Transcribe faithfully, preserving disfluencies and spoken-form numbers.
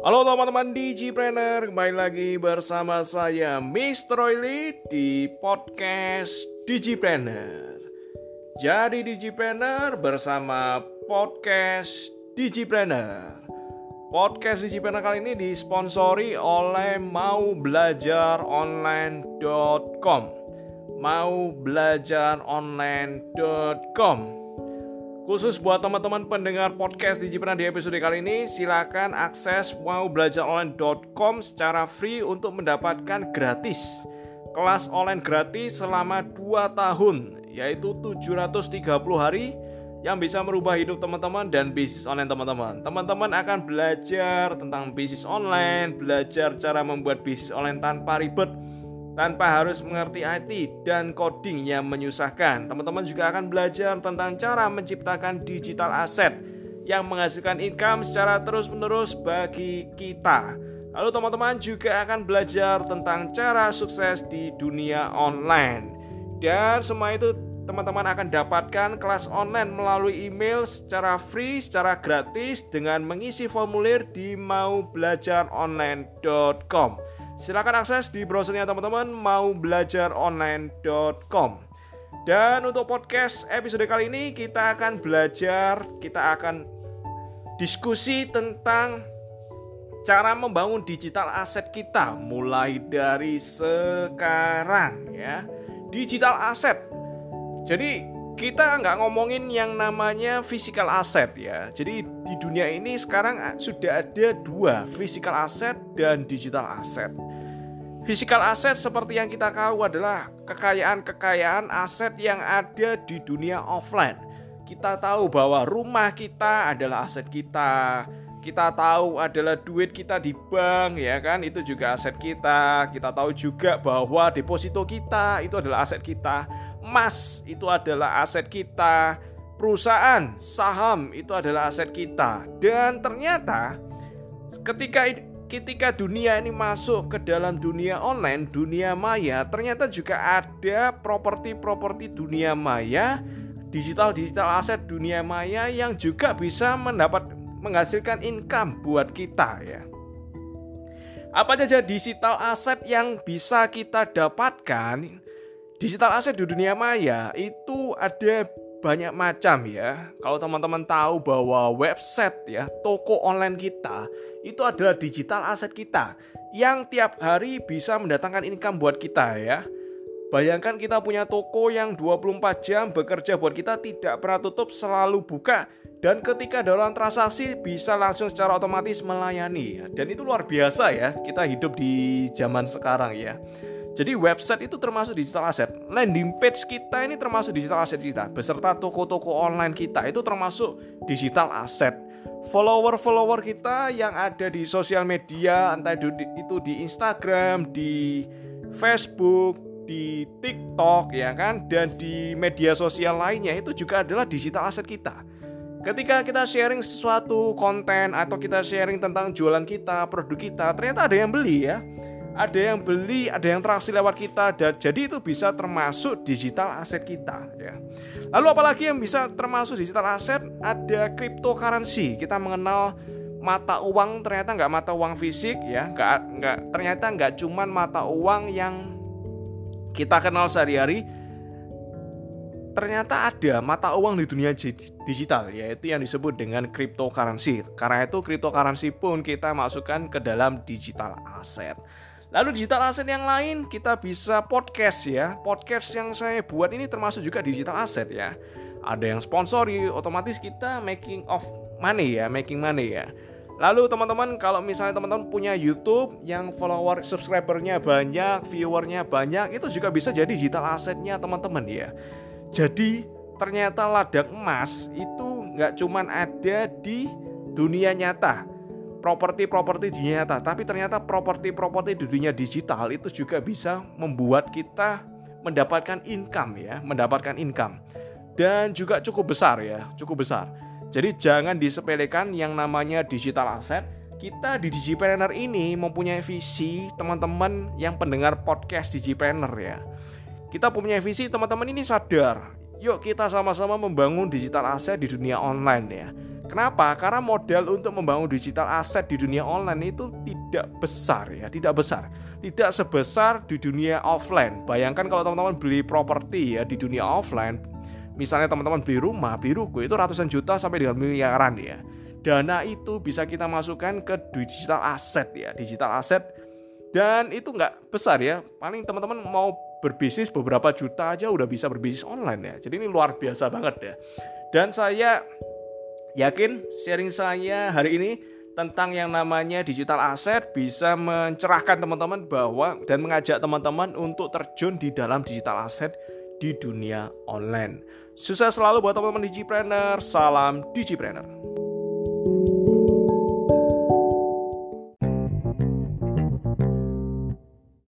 Halo teman-teman Digipreneur, kembali lagi bersama saya mister Royli di podcast Digipreneur. Jadi Digipreneur bersama podcast Digipreneur. Podcast Digipreneur kali ini disponsori oleh mau belajar online dot com. mau belajar online dot com. Khusus buat teman-teman pendengar podcast Digipreneur di episode kali ini, silakan akses mau belajar online dot com secara free untuk mendapatkan gratis kelas online gratis selama dua tahun, yaitu tujuh ratus tiga puluh hari yang bisa merubah hidup teman-teman dan bisnis online teman-teman. Teman-teman akan belajar tentang bisnis online, belajar cara membuat bisnis online tanpa ribet, tanpa harus mengerti I T dan coding yang menyusahkan. Teman-teman juga akan belajar tentang cara menciptakan digital asset yang menghasilkan income secara terus-menerus bagi kita. Lalu teman-teman juga akan belajar tentang cara sukses di dunia online. Dan semua itu teman-teman akan dapatkan kelas online melalui email secara free, secara gratis dengan mengisi formulir di mau belajar online dot com. Silakan akses di browsernya teman-teman mau belajar online dot com. Dan untuk podcast episode kali ini kita akan belajar, kita akan diskusi tentang cara membangun digital asset kita mulai dari sekarang ya. Digital asset. Jadi kita nggak ngomongin yang namanya physical asset ya. Jadi di dunia ini sekarang sudah ada dua, physical asset dan digital asset. Physical asset seperti yang kita tahu adalah kekayaan-kekayaan aset yang ada di dunia offline. Kita tahu bahwa rumah kita adalah aset kita. Kita tahu adalah duit kita di bank ya kan, itu juga aset kita. Kita tahu juga bahwa deposito kita itu adalah aset kita. Emas itu adalah aset kita. Perusahaan, saham itu adalah aset kita. Dan ternyata ketika ketika dunia ini masuk ke dalam dunia online, dunia maya, ternyata juga ada properti-properti dunia maya, digital-digital aset dunia maya yang juga bisa mendapat menghasilkan income buat kita ya. Apa saja digital aset yang bisa kita dapatkan? Digital aset di dunia maya itu ada banyak macam ya. Kalau teman-teman tahu bahwa website ya, toko online kita itu adalah digital aset kita yang tiap hari bisa mendatangkan income buat kita ya. Bayangkan kita punya toko yang dua puluh empat jam bekerja buat kita, tidak pernah tutup, selalu buka, dan ketika dalam transaksi bisa langsung secara otomatis melayani. Dan itu luar biasa ya, kita hidup di zaman sekarang ya. Jadi website itu termasuk digital asset. Landing page kita ini termasuk digital asset kita. Beserta toko-toko online kita itu termasuk digital asset. Follower-follower kita yang ada di sosial media, entah itu di Instagram, di Facebook, di TikTok ya kan, dan di media sosial lainnya, itu juga adalah digital asset kita. Ketika kita sharing sesuatu konten atau kita sharing tentang jualan kita, produk kita, ternyata ada yang beli ya. Ada yang beli, ada yang transaksi lewat kita, dan jadi itu bisa termasuk digital aset kita ya. Lalu apalagi yang bisa termasuk digital aset? Ada cryptocurrency. Kita mengenal mata uang, ternyata nggak mata uang fisik ya, nggak nggak ternyata nggak cuman mata uang yang kita kenal sehari-hari. Ternyata ada mata uang di dunia digital, yaitu yang disebut dengan cryptocurrency. Karena itu cryptocurrency pun kita masukkan ke dalam digital asset. Lalu digital asset yang lain kita bisa podcast ya. Podcast yang saya buat ini termasuk juga digital asset ya. Ada yang sponsori, otomatis kita making of money ya, making money ya. Lalu teman-teman, kalau misalnya teman-teman punya YouTube yang follower subscribernya banyak, viewernya banyak, itu juga bisa jadi digital asetnya teman-teman ya. Jadi ternyata ladang emas itu nggak cuman ada di dunia nyata, properti-properti di dunia nyata, tapi ternyata properti-properti di dunia digital itu juga bisa membuat kita mendapatkan income ya, mendapatkan income. Dan juga cukup besar ya, cukup besar. Jadi jangan disepelekan yang namanya digital asset. Kita di Digipreneur ini mempunyai visi, teman-teman yang pendengar podcast Digipreneur ya. Kita punya visi, teman-teman ini sadar yuk kita sama-sama membangun digital asset di dunia online ya. Kenapa? Karena modal untuk membangun digital asset di dunia online itu tidak besar ya, tidak besar. Tidak sebesar di dunia offline. Bayangkan kalau teman-teman beli properti ya di dunia offline, misalnya teman-teman beli rumah, beli ruko itu ratusan juta sampai dengan miliaran ya. Dana itu bisa kita masukkan ke digital asset ya, digital asset. Dan itu nggak besar ya, paling teman-teman mau berbisnis beberapa juta aja udah bisa berbisnis online ya. Jadi ini luar biasa banget ya. Dan saya yakin sharing saya hari ini tentang yang namanya digital asset bisa mencerahkan teman-teman bahwa dan mengajak teman-teman untuk terjun di dalam digital asset di dunia online. Sukses selalu buat teman-teman Digipreneur, salam Digipreneur.